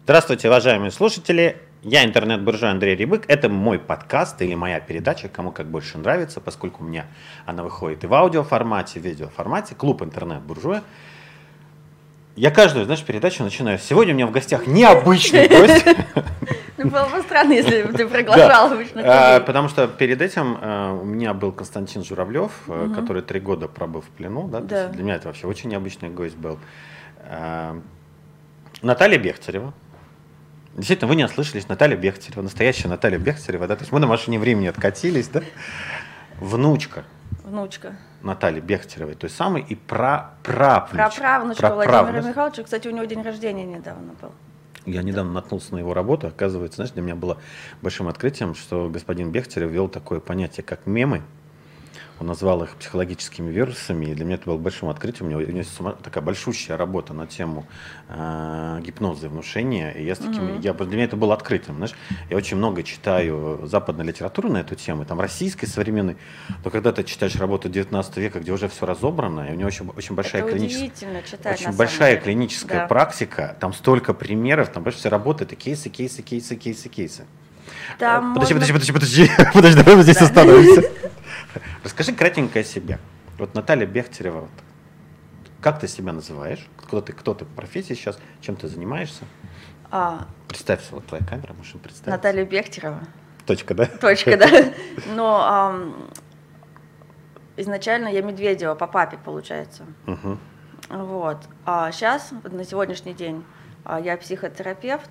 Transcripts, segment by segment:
Здравствуйте, уважаемые слушатели. Я интернет-буржуй Андрей Рябык. Это мой подкаст или моя передача, кому как больше нравится, поскольку у меня она выходит и в аудиоформате, и в видеоформате. Клуб интернет-буржуя. Я каждую, передачу начинаю. Сегодня у меня в гостях необычный гость. Было бы странно, если бы ты приглашал обычно. Потому что перед этим у меня был Константин Журавлев, который 3 года пробыл в плену. Да? Да. Для меня это вообще очень необычный гость был. Наталья Бехтерева. Действительно, вы не ослышались, Наталья Бехтерева, настоящая Наталья Бехтерева, да, то есть мы на машине времени откатились, да, внучка Натальи Бехтеревой, той самой и праправнучка Владимира Михайловича, кстати, у него день рождения недавно был. Я недавно наткнулся на его работу, оказывается, знаешь, для меня было большим открытием, что господин Бехтерев ввел такое понятие, как мемы. Он назвал их психологическими вирусами, и для меня это было большим открытием. У него есть такая большущая работа на тему гипноза и внушения. И я для меня это было открытием. Знаешь? Я очень много читаю западной литературы на эту тему, там российской современной. Но когда ты читаешь работу 19 века, где уже все разобрано, и у него очень большая клиническая практика, там столько примеров, там больше все работы, это кейсы. Подожди, давай мы здесь остановимся. Расскажи кратенько о себе. Вот Наталья Бехтерева, вот, как ты себя называешь? Кто ты по профессии сейчас? Чем ты занимаешься? Представься, вот твоя камера, можешь представить. Наталья Бехтерева. Точка, да? Точка, да. Но изначально я Медведева по папе, получается. Угу. Вот. А сейчас, на сегодняшний день, я психотерапевт.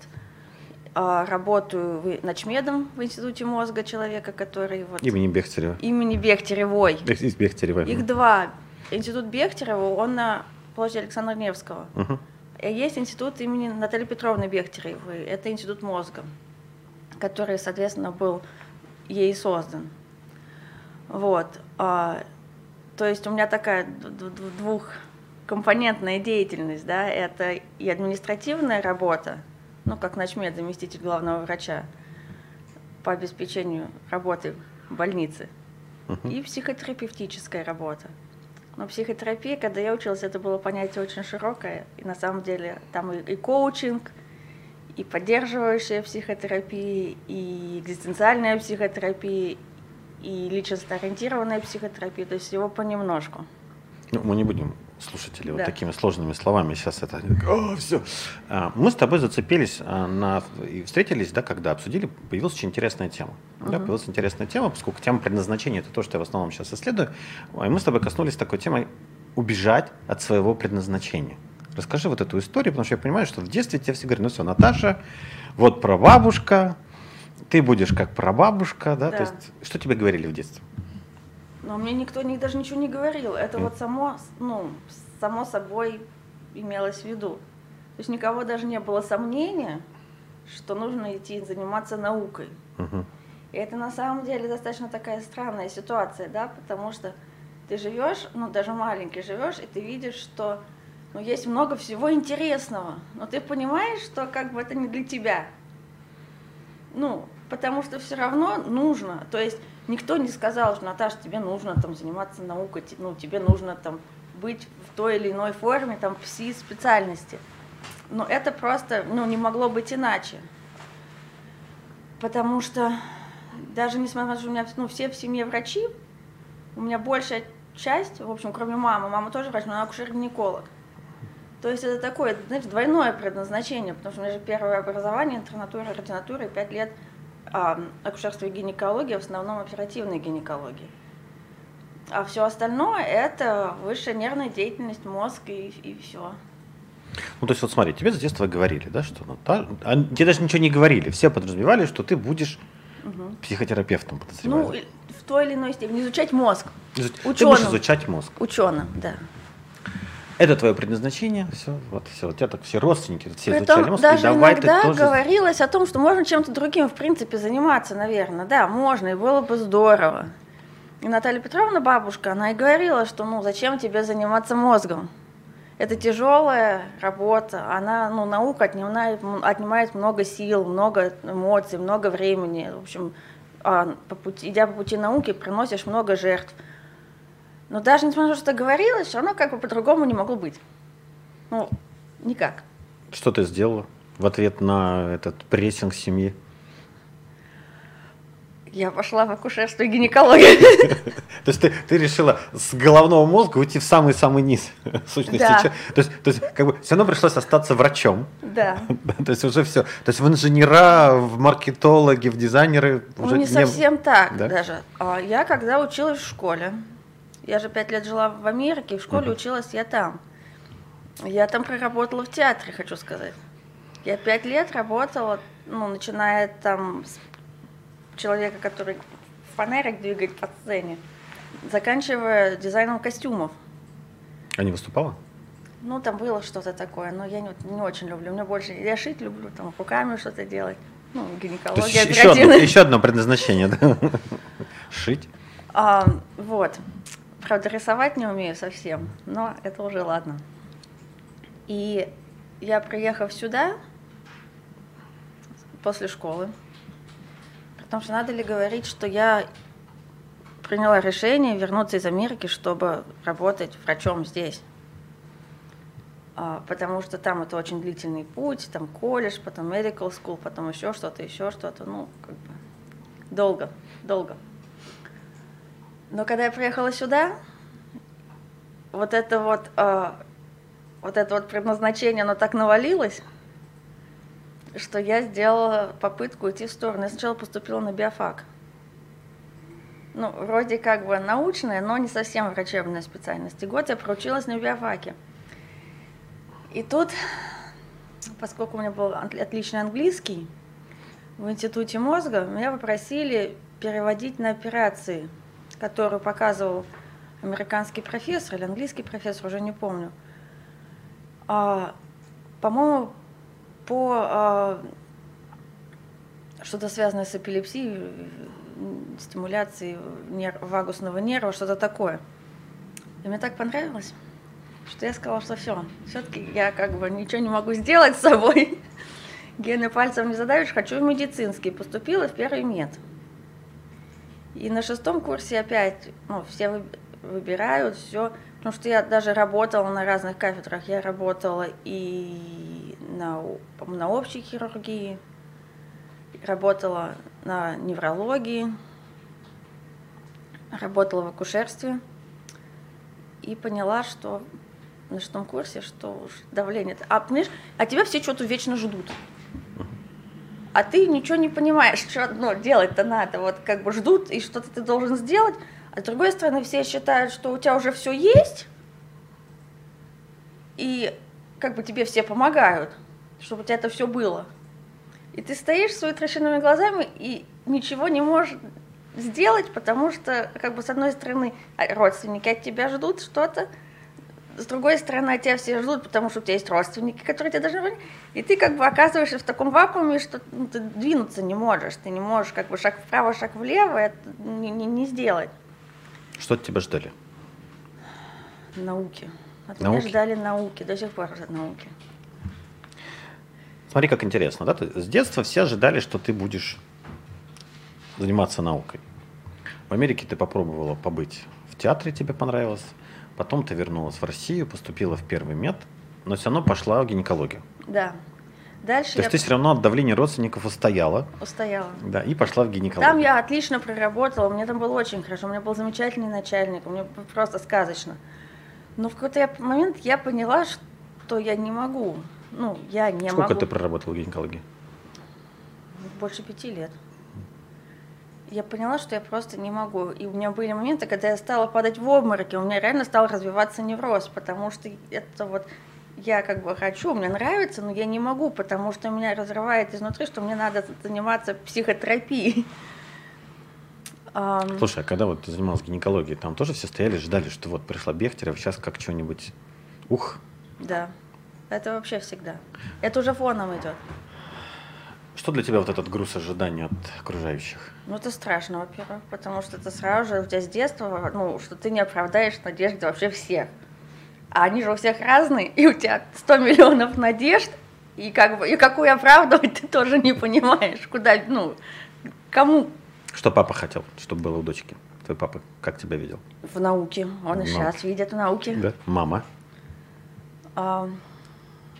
Работаю начмедом в Институте мозга человека, который... Имени Бехтерева. Имени Бехтеревой. Из Бехтеревой. Их два. Институт Бехтерева, он на площади Александра Невского. Угу. Есть институт имени Натальи Петровны Бехтеревой. Это Институт мозга, который, соответственно, был ей создан. Вот. То есть у меня такая двухкомпонентная деятельность, да, это и административная работа, как начмед, заместитель главного врача по обеспечению работы больницы, и психотерапевтическая работа. Но психотерапия, когда я училась, это было понятие очень широкое, и на самом деле там и коучинг, и поддерживающая психотерапия, и экзистенциальная психотерапия, и личностно-ориентированная психотерапия, то есть всего понемножку. Мы не будем слушатели вот такими сложными словами сейчас это все. Мы с тобой зацепились и встретились, да, когда обсудили, появилась очень интересная тема. Да, появилась интересная тема, поскольку тема предназначения это то, что я в основном сейчас исследую. И мы с тобой коснулись такой темы убежать от своего предназначения. Расскажи вот эту историю, потому что я понимаю, что в детстве тебе все говорят, все, Наташа, вот прабабушка, ты будешь как прабабушка, да? То есть что тебе говорили в детстве? Но мне никто даже ничего не говорил. Это вот само собой имелось в виду. То есть никого даже не было сомнения, что нужно идти заниматься наукой. И это на самом деле достаточно такая странная ситуация, да, потому что ты живешь, даже маленький живешь, и ты видишь, что есть много всего интересного, но ты понимаешь, что как бы это не для тебя. Потому что все равно нужно. То есть никто не сказал, что, Наташа, тебе нужно заниматься наукой, тебе нужно быть в той или иной форме, специальности. Но это просто, не могло быть иначе. Потому что даже несмотря на то, что у меня все в семье врачи, у меня большая часть, в общем, кроме мамы, мама тоже врач, но она акушер-гинеколог. То есть это такое, двойное предназначение, потому что у меня же первое образование, интернатура, ординатура и 5 лет акушерство и гинекология, в основном оперативной гинекологии. А все остальное это высшая нервная деятельность, мозг и все. То есть вот смотри, тебе с детства говорили, да, что тебе даже ничего не говорили, все подразумевали, что ты будешь психотерапевтом, подозревали. В той или иной степени изучать мозг. Ты будешь изучать мозг. Ученым, да. Это твое предназначение, все, у тебя так все родственники, все Притом, изучали мозг, даже давай иногда ты тоже... говорилось о том, что можно чем-то другим, в принципе, заниматься, наверное. Да, можно, и было бы здорово. И Наталья Петровна, бабушка, она и говорила, что зачем тебе заниматься мозгом? Это тяжелая работа, наука отнимает много сил, много эмоций, много времени. В общем, идя по пути науки, приносишь много жертв. Но даже несмотря на то, что это говорилось, все равно как бы по-другому не могло быть. Никак. Что ты сделала? в ответ на этот прессинг семьи? Я пошла в акушерство и гинекологию. То есть ты решила с головного мозга уйти в самый-самый низ сущности. Да. То есть как бы все равно пришлось остаться врачом. Да. То есть уже все. То есть в инженера, в маркетологи, в дизайнеры уже Не совсем так да? даже. Я когда училась в школе, я же 5 лет жила в Америке, в школе училась я там. Я там проработала в театре, хочу сказать. Я 5 лет работала, начиная там с человека, который фонарик двигает по сцене, заканчивая дизайном костюмов. А не выступала? Там было что-то такое, но я не очень люблю. Мне больше, я шить люблю, там руками что-то делать. Гинекология, еще одно предназначение, да? Шить. Вот. Правда, рисовать не умею совсем, но это уже ладно. И я, приехав сюда после школы, потому что надо ли говорить, что я приняла решение вернуться из Америки, чтобы работать врачом здесь. Потому что там это очень длительный путь, там колледж, потом medical school, потом еще что-то, долго. Но когда я приехала сюда, вот это предназначение, оно так навалилось, что я сделала попытку уйти в сторону. Я сначала поступила на биофак. Вроде как бы научная, но не совсем врачебная специальность. И год я проучилась на биофаке. И тут, поскольку у меня был отличный английский, в институте мозга меня попросили переводить на операции, которую показывал американский профессор или английский профессор, уже не помню. По-моему, по что-то связанное с эпилепсией, стимуляцией вагусного нерва, что-то такое. И мне так понравилось, что я сказала, что все-таки я как бы ничего не могу сделать с собой. Гены пальцем не задавишь, хочу в медицинский. Поступила в первый мед. И на 6-м курсе опять, все выбирают все, потому что я даже работала на разных кафедрах. Я работала и на общей хирургии, работала на неврологии, работала в акушерстве и поняла, что на 6-м курсе, что уж давление. Понимаешь, тебя все что-то вечно ждут. А ты ничего не понимаешь, что делать-то надо. Вот как бы ждут, и что-то ты должен сделать. А с другой стороны, все считают, что у тебя уже все есть, и как бы тебе все помогают, чтобы у тебя это все было. И ты стоишь с вытращенными глазами и ничего не можешь сделать, потому что, как бы, с одной стороны, родственники от тебя ждут что-то, с другой стороны, от тебя все ждут, потому что у тебя есть родственники, которые тебя должны понять, и ты как бы оказываешься в таком вакууме, что ты двинуться не можешь, ты не можешь как бы шаг вправо, шаг влево, это не сделать. Что от тебя ждали? Науки. От меня ждали науки, до сих пор ждут науки. Смотри, как интересно, да? С детства все ожидали, что ты будешь заниматься наукой. В Америке ты попробовала побыть в театре, тебе понравилось. Потом ты вернулась в Россию, поступила в первый мед, но все равно пошла в гинекологию. Да. Дальше То есть ты все равно от давления родственников устояла. Устояла. Да, и пошла в гинекологию. Там я отлично проработала, мне там было очень хорошо, у меня был замечательный начальник, у меня просто сказочно. Но в какой-то момент я поняла, что я не могу. Я не могу. Сколько ты проработала в гинекологии? Больше 5 лет. Я поняла, что я просто не могу. И у меня были моменты, когда я стала падать в обмороки, у меня реально стал развиваться невроз, потому что это я как бы хочу, мне нравится, но я не могу, потому что меня разрывает изнутри, что мне надо заниматься психотерапией. Слушай, а когда ты занималась гинекологией, там тоже все стояли, ждали, что пришла Бехтерева, сейчас как что-нибудь, Да, это вообще всегда. Это уже фоном идет. Что для тебя этот груз ожидания от окружающих? Это страшно, во-первых, потому что это сразу же у тебя с детства, что ты не оправдаешь надежды вообще всех. А они же у всех разные, и у тебя 100 миллионов надежд, и какую оправдывать ты тоже не понимаешь, куда, кому. Что папа хотел, чтобы было у дочки? Твой папа как тебя видел? В науке, он и сейчас видит в науке. Да, мама?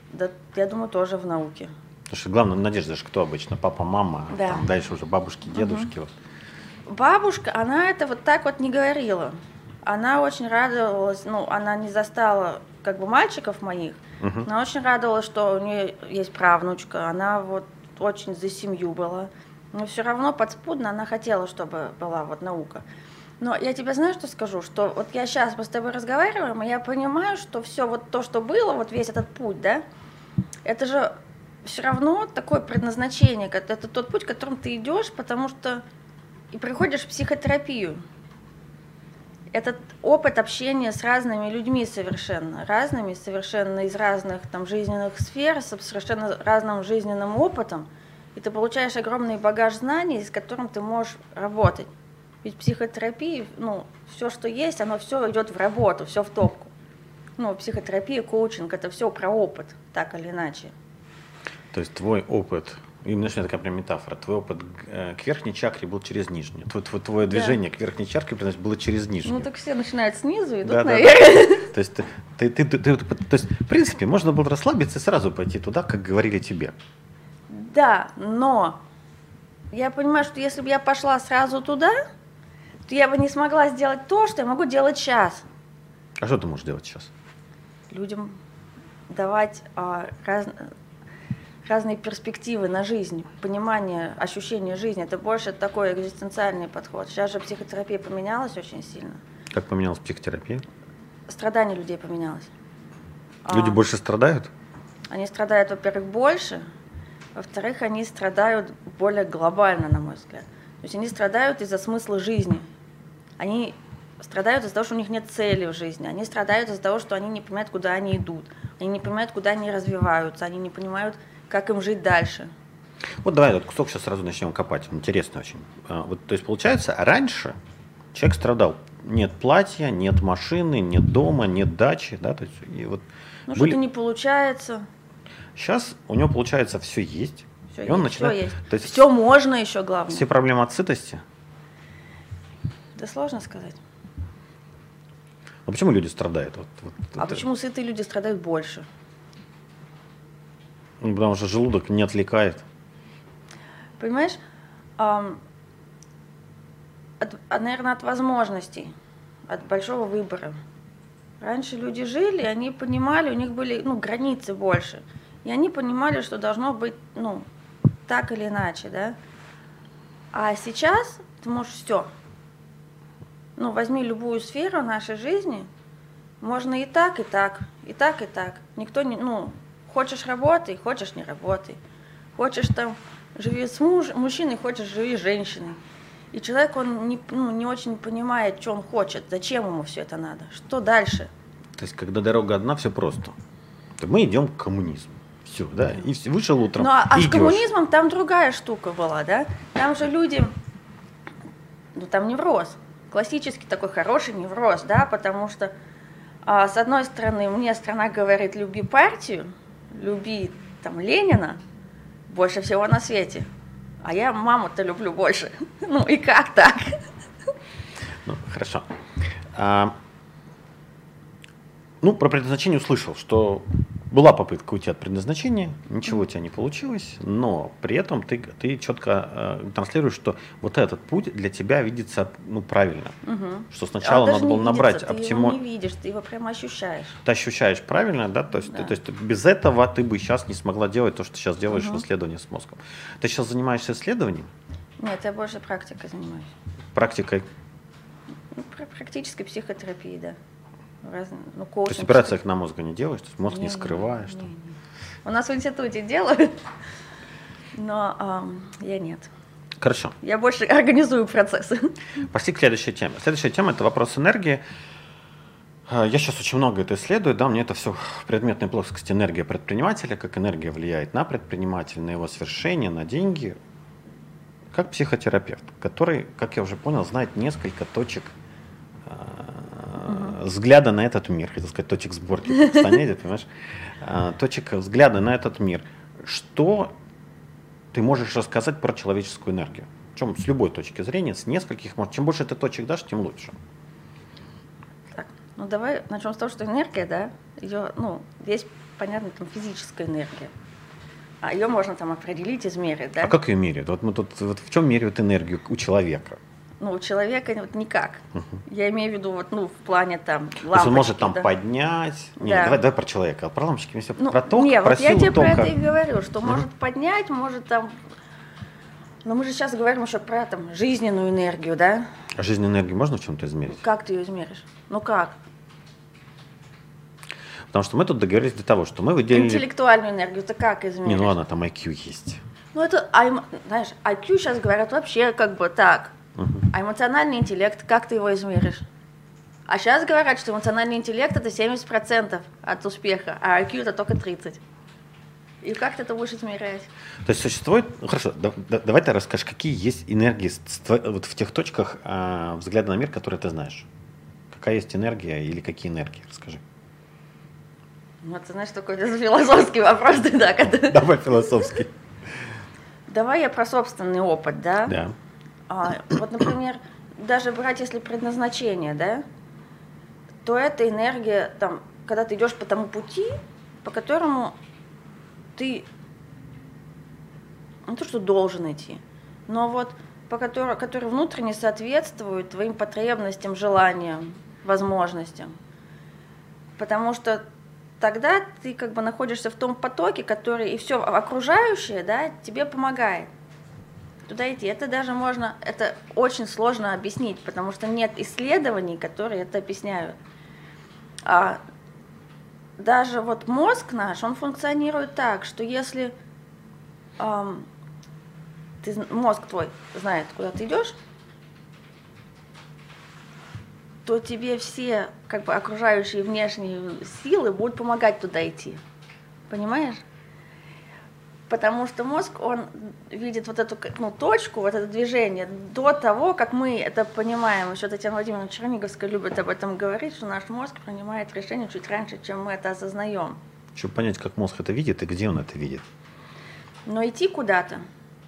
Да, я думаю, тоже в науке. Потому что главная надежда же кто обычно? Папа, мама, Да. там дальше уже бабушки, дедушки. Вот. Бабушка, она это вот так вот не говорила. Она очень радовалась, ну, она не застала как бы мальчиков моих, она очень радовалась, что у нее есть правнучка, она вот очень за семью была. Но все равно подспудно она хотела, чтобы была вот наука. Но я тебе знаю, что скажу, что вот я сейчас, мы с тобой разговариваем, и я понимаю, что все вот то, что было, вот весь этот путь, да, это же все равно такое предназначение, это тот путь, которым ты идешь, потому что и приходишь в психотерапию. Этот опыт общения с разными людьми совершенно из разных там жизненных сфер, с совершенно разным жизненным опытом, и ты получаешь огромный багаж знаний, с которым ты можешь работать. Ведь в психотерапии, ну, все, что есть, оно все идет в работу, все в топку. Ну, психотерапия, коучинг, это все про опыт, так или иначе. То есть твой опыт, именно что такая прям метафора, твой опыт к верхней чакре был через нижнюю. Твое движение к верхней чакре было через нижнюю. Ну, так все начинают снизу, идут да, наверх. Да. То есть, то есть, в принципе, можно было расслабиться и сразу пойти туда, как говорили тебе. Да, но я понимаю, что если бы я пошла сразу туда, то я бы не смогла сделать то, что я могу делать сейчас. А что ты можешь делать сейчас? Людям давать разные перспективы на жизнь, понимание, ощущение жизни. Это больше такой экзистенциальный подход. Сейчас же психотерапия поменялась очень сильно. Как поменялась психотерапия? Страдание людей поменялось. Люди больше страдают? Они страдают, во-первых, больше, во-вторых, они страдают более глобально, на мой взгляд. То есть они страдают из-за смысла жизни. Они страдают из-за того, что у них нет цели в жизни. Они страдают из-за того, что они не понимают, куда они идут. Они не понимают, куда они развиваются. Они не понимают, как им жить дальше. Вот давай этот кусок сейчас сразу начнем копать. Интересно очень. Вот, то есть получается, раньше человек страдал. Нет платья, нет машины, нет дома, нет дачи. Да? То есть, и вот ну, что-то не получается. Сейчас у него получается все есть. Все и есть, он начинает, все есть. То есть все можно еще, главное. Все проблемы от сытости? Да сложно сказать. А почему люди страдают? Почему сытые люди страдают больше? Ну, потому что желудок не отвлекает. Понимаешь, наверное, от возможностей, от большого выбора. Раньше люди жили, они понимали, у них были границы больше. И они понимали, что должно быть так или иначе, да. А сейчас ты можешь все. Возьми любую сферу нашей жизни, можно и так, и так, и так, и так. Никто не, хочешь работай, хочешь не работай. Хочешь там живи с мужчиной, хочешь живи с женщиной. И человек, он не очень понимает, что он хочет, зачем ему все это надо, что дальше. То есть, когда дорога одна, все просто. То мы идем к коммунизму. Все, да, и вышел утром. А с коммунизмом там другая штука была, да? Там же люди, там невроз. Классический такой хороший невроз, да, потому что, с одной стороны, мне страна говорит, люби партию, люби там Ленина больше всего на свете, а я маму-то люблю больше. И как так? Хорошо. Про предназначение услышал, что была попытка уйти от предназначения, ничего у тебя не получилось, но при этом ты четко транслируешь, что вот этот путь для тебя видится правильно. Что сначала надо было набрать оптимальный. Ты его не видишь, ты его прямо ощущаешь. Ты ощущаешь правильно, да? То есть без этого ты бы сейчас не смогла делать то, что ты сейчас делаешь в исследовании с мозгом. Ты сейчас занимаешься исследованием? Нет, я больше практикой занимаюсь. Практикой? Практической психотерапией, да. То есть операциях на мозга не делаешь, то есть мозг не скрываешь? Не. У нас в институте делают, но я нет. Хорошо. Я больше организую процессы. Пошли к следующей теме. Следующая тема – это вопрос энергии. Я сейчас очень много это исследую, да, мне это все в предметной плоскости энергия предпринимателя, как энергия влияет на предпринимателя, на его свершение, на деньги. Как психотерапевт, который, как я уже понял, знает несколько точек взгляда на этот мир, хотел сказать, точек сборки, понимаешь? Точек взгляда на этот мир. Что ты можешь рассказать про человеческую энергию? Причем с любой точки зрения, с нескольких, чем больше ты точек дашь, тем лучше. Так, Ну, давай начнем с того, что энергия, да, ее, ну, есть, понятно, там физическая энергия. А ее можно там определить, измерить, да? А как ее меряют? Вот мы тут, вот в чем меряют энергию у человека? Ну, у человека вот никак. Я имею в виду, вот, ну, в плане там лампочки. То есть он может там да? поднять. Да. Нет, давай про человека. А про лампочки мы все Ну, про ток, не, про вот я силу тебе тока. про это и говорю, что может поднять, может там. Но мы же сейчас говорим еще про там жизненную энергию, да? А жизненную энергию можно в чем-то измерить? Как ты ее измеришь? Ну как? Потому что мы тут договорились до того, что мы выделили... Интеллектуальную энергию ты как измеришь? Не, ну ладно, там IQ есть. Ну это, знаешь, IQ сейчас говорят вообще как бы так. А эмоциональный интеллект, как ты его измеришь? А сейчас говорят, что эмоциональный интеллект это 70% от успеха, а IQ это только 30%. И как ты это будешь измерять? То есть существует... Ну, хорошо, давай ты расскажешь, какие есть энергии вот в тех точках взгляда на мир, которые ты знаешь. Какая есть энергия или какие энергии? Расскажи. Ну, ты знаешь, такой философский вопрос, да? Давай философский. Давай я про собственный опыт, да? Да. Вот, например, даже брать, если предназначение, да, то это энергия, там, когда ты идешь по тому пути, по которому ты не то, что должен идти, но вот который внутренне соответствует твоим потребностям, желаниям, возможностям. Потому что тогда ты как бы находишься в том потоке, который и все окружающее, да, тебе помогает туда идти. Это даже можно, это очень сложно объяснить, потому что нет исследований, которые это объясняют. Даже вот мозг наш, он функционирует так, что если мозг твой знает, куда ты идешь, то тебе все как бы окружающие внешние силы будут помогать туда идти. Понимаешь? Потому что мозг, он видит вот эту точку, вот это движение до того, как мы это понимаем. Еще Татьяна Владимировна Черниговская любит об этом говорить, что наш мозг принимает решение чуть раньше, чем мы это осознаем. Чтобы понять, как мозг это видит и где он это видит. Но идти куда-то,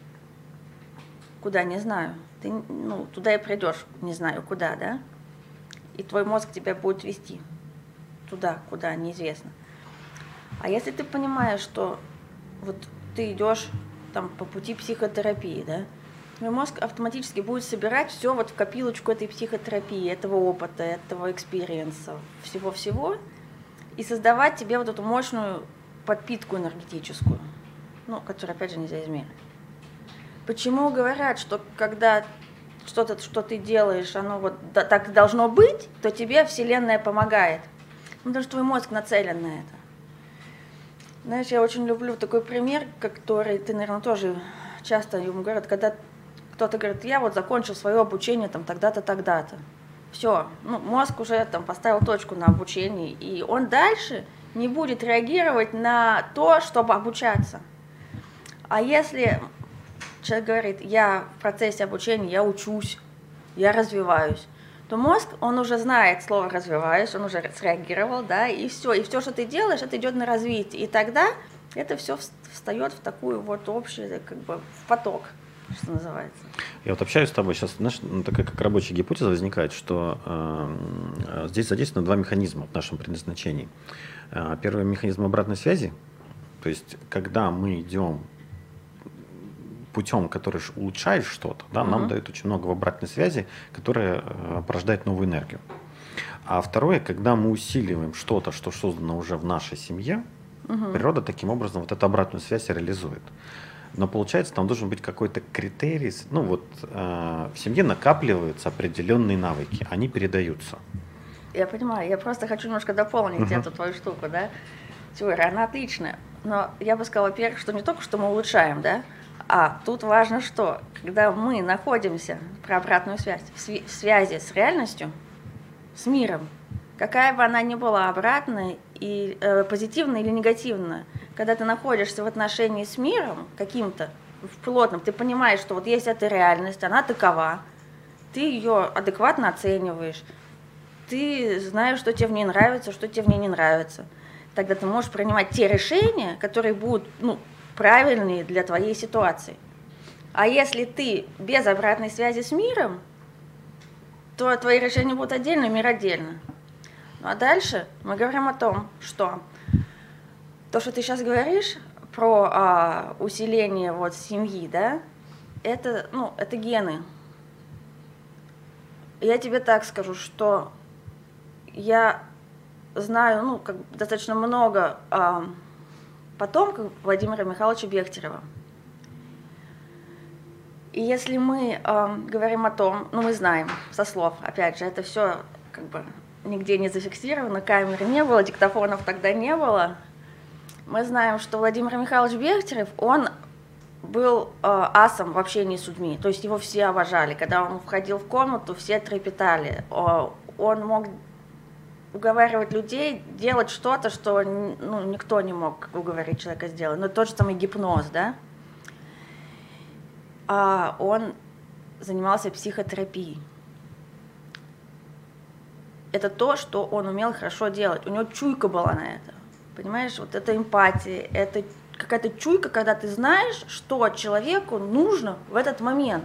куда, не знаю, ты туда и придешь, не знаю куда, да? И твой мозг тебя будет вести туда, куда, неизвестно. А если ты понимаешь, что вот ты идешь там по пути психотерапии, да, твой мозг автоматически будет собирать все вот в копилочку этой психотерапии, этого опыта, этого экспириенса, всего-всего, и создавать тебе вот эту мощную подпитку энергетическую, которую, опять же, нельзя измерить. Почему говорят, что когда что-то, что ты делаешь, оно вот так должно быть, то тебе Вселенная помогает. Потому что твой мозг нацелен на это. Знаешь, я очень люблю такой пример, который ты, наверное, тоже часто ему говорят, когда кто-то говорит, я вот закончил свое обучение там тогда-то, тогда-то. Все, мозг уже там поставил точку на обучении, и он дальше не будет реагировать на то, чтобы обучаться. А если человек говорит, я в процессе обучения, я учусь, я развиваюсь, то мозг, он уже знает слово «развиваюсь», он уже среагировал, да, и все, что ты делаешь, это идет на развитие, и тогда это все встает в такую вот общую, как бы, в поток, что называется. Я вот общаюсь с тобой сейчас, знаешь, такая как рабочая гипотеза возникает, что здесь задействованы два механизма в нашем предназначении. Первый механизм обратной связи, то есть когда мы идем путем, который улучшает что-то, да, нам дает очень много в обратной связи, которая порождает новую энергию. А второе, когда мы усиливаем что-то, что создано уже в нашей семье, природа таким образом вот эту обратную связь реализует. Но получается, там должен быть какой-то критерий. В семье накапливаются определенные навыки, они передаются. Я понимаю, я просто хочу немножко дополнить эту твою штуку, да. Теория, она отличная. Но я бы сказала, во-первых, что не только что мы улучшаем, да, а тут важно что, когда мы находимся, про обратную связь, в связи с реальностью, с миром, какая бы она ни была обратная, и позитивная или негативная, когда ты находишься в отношении с миром каким-то, в плотном, ты понимаешь, что вот есть эта реальность, она такова, ты ее адекватно оцениваешь, ты знаешь, что тебе в ней нравится, что тебе в ней не нравится. Тогда ты можешь принимать те решения, которые будут, правильные для твоей ситуации. А если ты без обратной связи с миром, то твои решения будут отдельно, мир отдельно. Ну а дальше мы говорим о том, что то, что ты сейчас говоришь про усиление вот семьи, да, это, ну, это гены. Я тебе так скажу, что я знаю, ну, как достаточно много потомков Владимира Михайловича Бехтерева. И если мы говорим о том, ну, мы знаем со слов, опять же, это все как бы нигде не зафиксировано, камеры не было, диктофонов тогда не было. Мы знаем, что Владимир Михайлович Бехтерев, он был асом в общении с людьми, то есть его все обожали. Когда он входил в комнату, все трепетали. Он мог уговаривать людей делать что-то, что, ну, никто не мог уговорить человека сделать. Но тот же самый гипноз, да? Он занимался психотерапией. Это то, что он умел хорошо делать. У него чуйка была на это. Понимаешь, вот это эмпатия, это какая-то чуйка, когда ты знаешь, что человеку нужно в этот момент.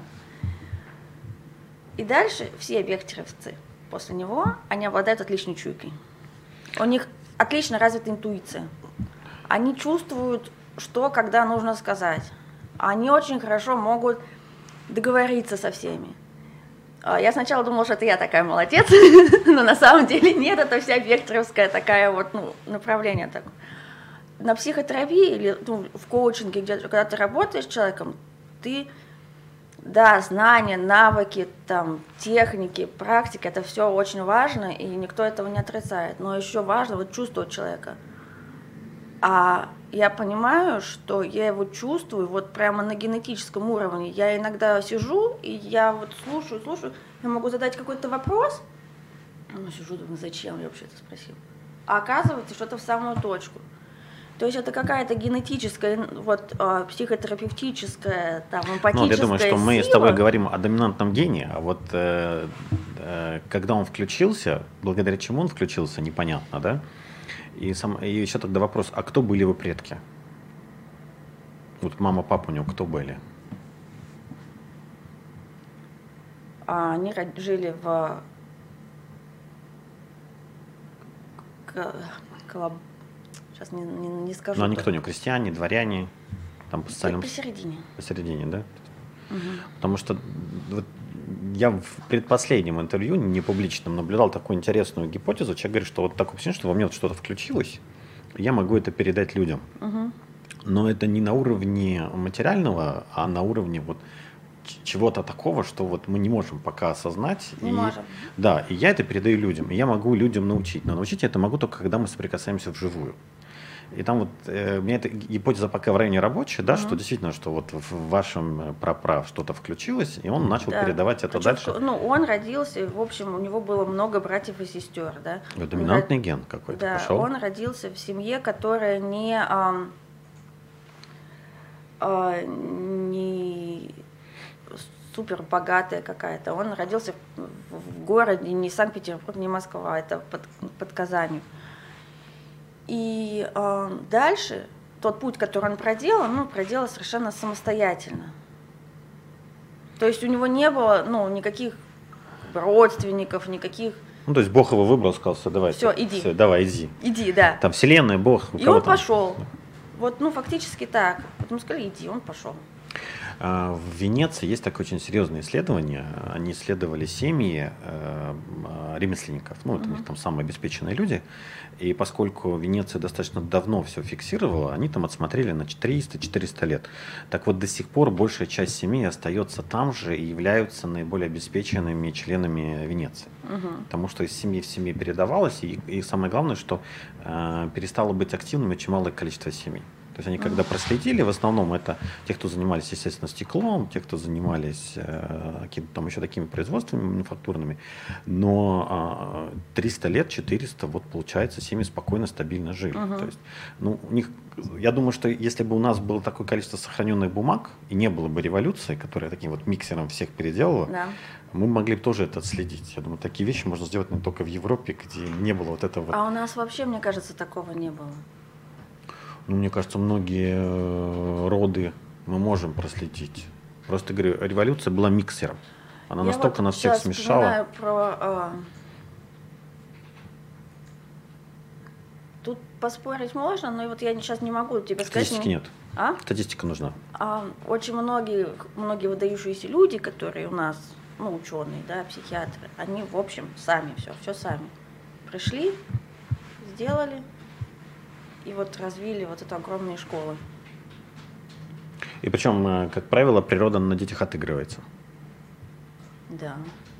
И дальше все бехтеревцы после него, они обладают отличной чуйкой. У них отлично развита интуиция. Они чувствуют, что, когда нужно сказать. Они очень хорошо могут договориться со всеми. Я сначала думала, что это я такая молодец, но на самом деле нет, это вся бехтеревская такая вот, ну, направление такое. На психотерапии или, ну, в коучинге, когда ты работаешь с человеком, ты, да, знания, навыки, там, техники, практики, это все очень важно, и никто этого не отрицает. Но еще важно вот чувствовать человека. А я понимаю, что я его чувствую вот прямо на генетическом уровне. Я иногда сижу, и я вот слушаю, я могу задать какой-то вопрос, ну, сижу, думаю, зачем я вообще это спросил? А оказывается, что-то в самую точку. То есть это какая-то генетическая, вот, психотерапевтическая, там, эмпатическая я думаю, что сила. мы с тобой говорим о доминантном гене, а вот когда он включился, благодаря чему он включился, непонятно, да? И еще тогда вопрос, а кто были его предки? Вот мама, папа у него кто были? Они жили в сейчас не скажу. Но никто не крестьяне, дворяне, там по социальному... Посередине. Посередине, да? Угу. Потому что вот я в предпоследнем интервью, не публичном, наблюдал такую интересную гипотезу. Человек говорит, что вот такое ощущение, что во мне вот что-то включилось, я могу это передать людям. Угу. Но это не на уровне материального, а на уровне вот чего-то такого, что вот мы не можем пока осознать. Не можем. Да, и я это передаю людям, и я могу людям научить. Но научить я это могу только, когда мы соприкасаемся вживую. И там вот у меня эта гипотеза пока в районе рабочая, да, что действительно, что вот в вашем прапра что-то включилось, и он начал передавать это дальше. Ну, он родился, в общем, у него было много братьев и сестер, да. Доминантный ген какой-то пошел. Да, он родился в семье, которая не супер богатая какая-то. Он родился в городе, не Санкт-Петербург, не Москва, это под Казанью. И дальше тот путь, который он проделал совершенно самостоятельно. То есть у него не было, ну, никаких родственников, никаких... Ну, то есть Бог его выбрал, сказал, все, давай. Все, иди. Все, давай, иди. Иди, да. Там вселенная, Бог. И он пошел. Вот, ну, фактически так. Вот мы сказали, иди, он пошел. В Венеции есть такое очень серьезное исследование. Они исследовали семьи ремесленников, ну, это у них там самые обеспеченные люди. И поскольку Венеция достаточно давно все фиксировала, они там отсмотрели на 300-400 лет. Так вот, до сих пор большая часть семей остается там же и являются наиболее обеспеченными членами Венеции. Потому что из семьи в семье передавалось, и самое главное, что перестало быть активным очень малое количество семей. То есть они когда проследили, в основном это те, кто занимались, естественно, стеклом, те, кто занимались какими-то там еще такими производствами мануфактурными, но 300 лет, 400, вот получается, семьи спокойно, стабильно жили. То есть, ну, у них, я думаю, что если бы у нас было такое количество сохраненных бумаг и не было бы революции, которая таким вот миксером всех переделала, мы могли бы тоже это отследить. Я думаю, такие вещи можно сделать не только в Европе, где не было вот этого. А у нас вообще, мне кажется, такого не было. Ну, мне кажется, многие роды мы можем проследить. Просто говорю, революция была миксером. Она настолько нас всех смешала. Я про Тут поспорить можно, но вот я сейчас не могу тебе сказать. Статистики нет. А? Статистика нужна. Очень многие выдающиеся люди, которые у нас, ну, ученые, да, психиатры, они, в общем, сами все сами пришли, сделали и вот развили вот эту огромную школу. И причем, как правило, природа на детях отыгрывается. Да.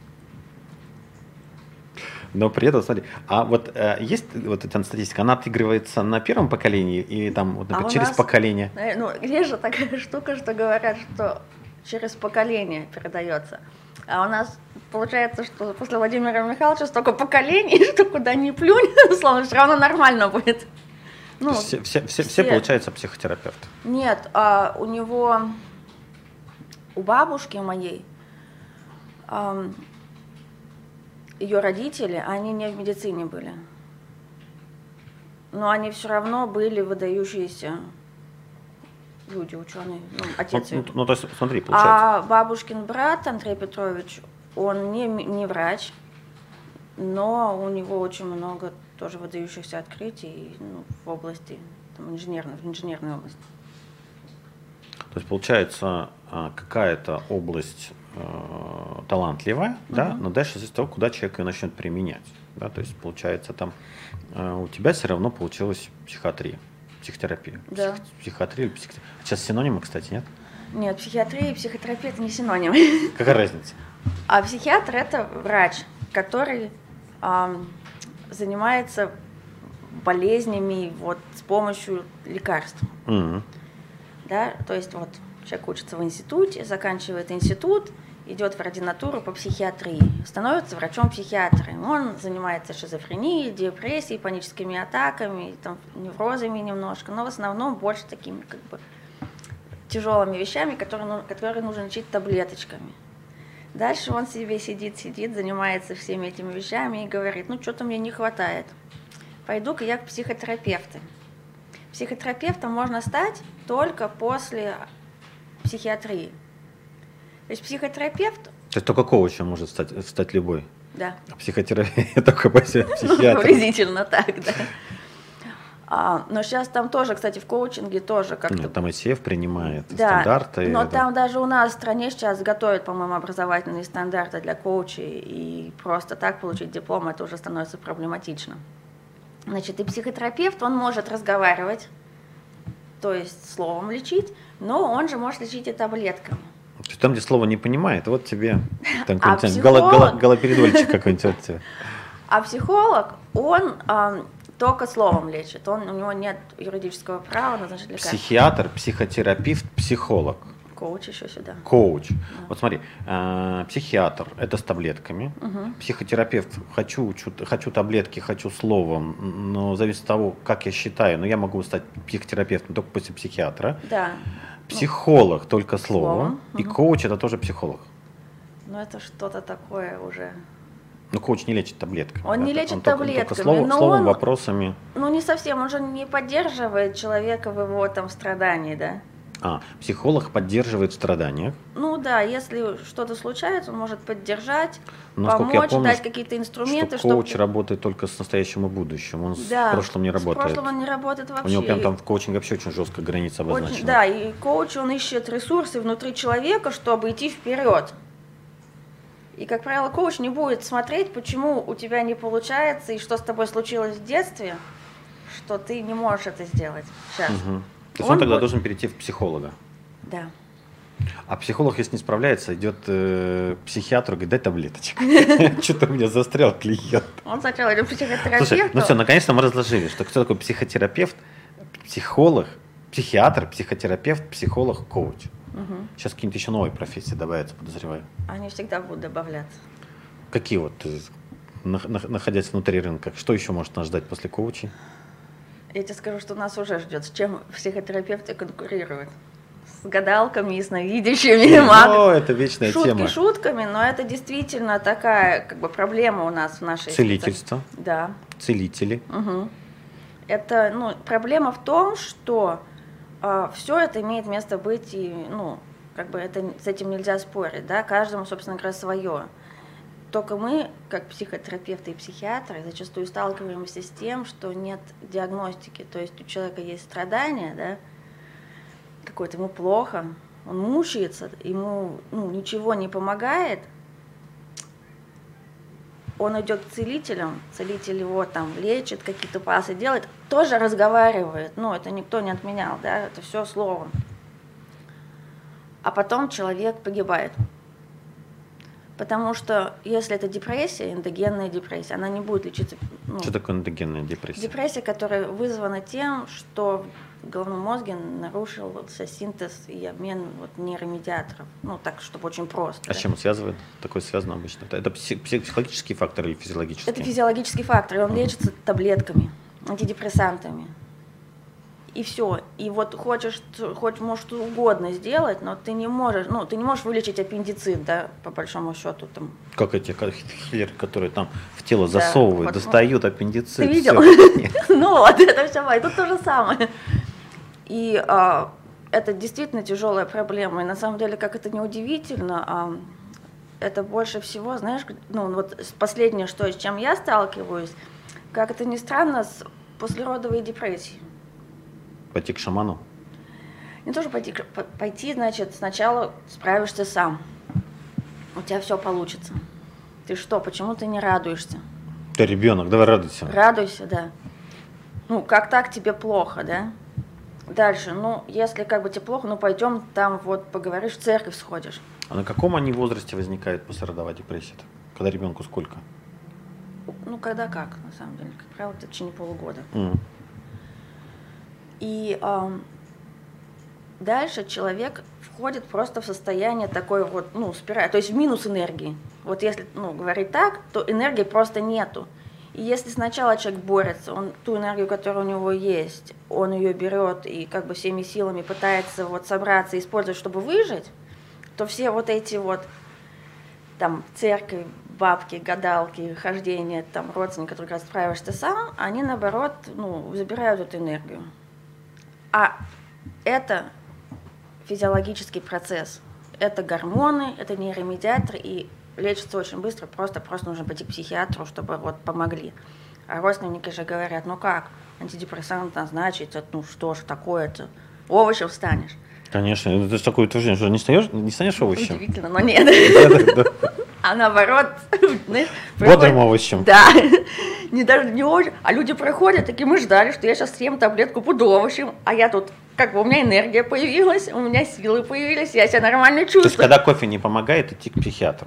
Но при этом, смотри, а вот есть вот эта статистика, она отыгрывается на первом поколении и там, вот, например, через поколение? Ну, есть же такая штука, что говорят, что через поколение передается. А у нас получается, что после Владимира Михайловича столько поколений, что куда ни плюнь, словно все равно нормально будет. Ну, все получается, психотерапевты? Нет, у бабушки моей, ее родители, они не в медицине были. Но они все равно были выдающиеся люди, ученые, ну, отец ее. Ну, то есть, смотри, получается. А бабушкин брат Андрей Петрович, он не врач, но у него очень много тоже выдающихся открытий, ну, в области там, в инженерной области. То есть, получается, какая-то область талантливая, да, но дальше зависит от того, куда человек ее начнет применять. Да, то есть, получается, там у тебя все равно получилась психиатрия, психотерапия. Да. Психиатрия или психотерапия. Сейчас синонимы, кстати, нет? Нет, психиатрия и психотерапия – это не синонимы. Какая разница? А психиатр – это врач, который занимается болезнями вот, с помощью лекарств. Да? То есть вот человек учится в институте, заканчивает институт, идет в ординатуру по психиатрии, становится врачом-психиатром. Он занимается шизофренией, депрессией, паническими атаками, там, неврозами немножко, но в основном больше такими как бы тяжелыми вещами, которые нужно лечить таблеточками. Дальше он себе сидит, занимается всеми этими вещами и говорит, ну что-то мне не хватает. Пойду-ка я к психотерапевту. Психотерапевтом можно стать только после психиатрии. То есть психотерапевт... То есть только коучем может стать любой? Да. А психотерапия только после психиатра? Приблизительно так, да. Но сейчас там тоже, кстати, в коучинге тоже как-то... Нет, там ICF принимает стандарты. Но там даже у нас в стране сейчас готовят, по-моему, образовательные стандарты для коучей, и просто так получить диплом, это уже становится проблематично. Значит, и психотерапевт, он может разговаривать, то есть словом лечить, но он же может лечить и таблетками. То есть там, где слово не понимает, вот тебе там какой-нибудь галоперидольчик какой-нибудь. А психолог, он только словом лечит, у него нет юридического права назначить лекарства. Психиатр, психотерапевт, психолог. Коуч еще сюда. Коуч. Да. Вот смотри, психиатр – это с таблетками, психотерапевт – хочу таблетки, хочу словом, но зависит от того, как я считаю, но я могу стать психотерапевтом только после психиатра. Да. Психолог только словом, и коуч – это тоже психолог. Ну это что-то такое уже… Ну, коуч не лечит таблетками. Он не лечит таблетками, только словом, вопросами. Ну, не совсем, он же не поддерживает человека в его там страдании, да? Психолог поддерживает в страданиях. Ну да, если что-то случается, он может поддержать, помочь, дать какие-то инструменты. Что коуч работает только с настоящим и будущим, он с прошлым не работает. С прошлым он не работает вообще. У него прям там в коучинге вообще очень жестко граница обозначена. Да, и коуч, он ищет ресурсы внутри человека, чтобы идти вперед. И, как правило, коуч не будет смотреть, почему у тебя не получается и что с тобой случилось в детстве, что ты не можешь это сделать сейчас. То есть он тогда должен перейти в психолога? Да. А психолог, если не справляется, идет к психиатру, говорит, дай таблеточек. Что-то у меня застрял клиент. Он сначала идет к психотерапевту. Слушай, ну все, наконец-то мы разложили, что кто такой психотерапевт, психолог, психиатр, психотерапевт, психолог, коуч. Сейчас какие-нибудь еще новые профессии добавятся, подозреваю. Они всегда будут добавляться. Какие вот, находясь внутри рынка, что еще может нас ждать после коучей? Я тебе скажу, что нас уже ждет, с чем психотерапевты конкурируют. С гадалками, ясновидящими, Ну, это вечная тема. Шутки шутками, но это действительно такая как бы проблема у нас в нашей... Целительство. Да. Целители. Это, проблема в том, что все это имеет место быть, и, как бы с этим нельзя спорить, да, каждому, собственно говоря, свое. только мы, как психотерапевты и психиатры, зачастую сталкиваемся с тем, что нет диагностики. То есть у человека есть страдания, да, какое-то ему плохо, он мучается, ему ничего не помогает, он идет к целителям, целитель его там лечит, какие-то пасы делает, тоже разговаривает, это никто не отменял, да, это все словом. А потом человек погибает. Потому что если это депрессия, эндогенная депрессия, она не будет лечиться. Что такое эндогенная депрессия? Депрессия, которая вызвана тем, что в головном мозге нарушился синтез и обмен нейромедиаторов. Так, чтобы очень просто. А с чем связывает? Такое связано обычно? Это психологический фактор или физиологический? Это физиологический фактор, и он лечится таблетками, антидепрессантами. И все. И хочешь, можешь что угодно сделать, но ты не можешь, вылечить аппендицит, да, по большому счету. Там. Как эти хиллеры, которые там в тело засовывают, достают аппендицит. Ты видел? Это все, и тут то же самое. И это действительно тяжелая проблема. И на самом деле, как это неудивительно, это больше всего, знаешь, последнее, с чем я сталкиваюсь, как это ни странно, с послеродовой депрессией. Пойти к шаману? Не тоже пойти, значит, сначала справишься сам. У тебя все получится. Ты что, почему ты не радуешься? Ты ребенок, давай радуйся. Радуйся, да. Как так тебе плохо, да? Дальше, если тебе плохо, пойдем там поговоришь, в церковь сходишь. А на каком они возрасте возникает послеродовая депрессия? Когда ребенку сколько? Когда как, на самом деле. Как правило, это в течение полугода. И дальше человек входит просто в состояние такой спирали, то есть в минус энергии. Если говорить так, то энергии просто нету. И если сначала человек борется, он ту энергию, которая у него есть, он ее берет и всеми силами пытается собраться и использовать, чтобы выжить, то все эти там церковь, бабки, гадалки, хождение, там родственники, которые говорят, справишься сам, они наоборот забирают эту энергию. А это физиологический процесс. Это гормоны, это нейромедиаторы, и лечится очень быстро, просто нужно пойти к психиатру, чтобы помогли. А родственники же говорят, как, антидепрессант назначить, что ж такое-то, овощем станешь. Конечно, это же такое утверждение, что не станешь овощем. Удивительно, но нет. А наоборот, бодрым овощем. Да, даже не овощем, а люди проходят, такие, мы ждали, что я сейчас съем таблетку, буду овощем, а я тут, у меня энергия появилась, у меня силы появились, я себя нормально чувствую. То есть, когда кофе не помогает, идти к психиатру.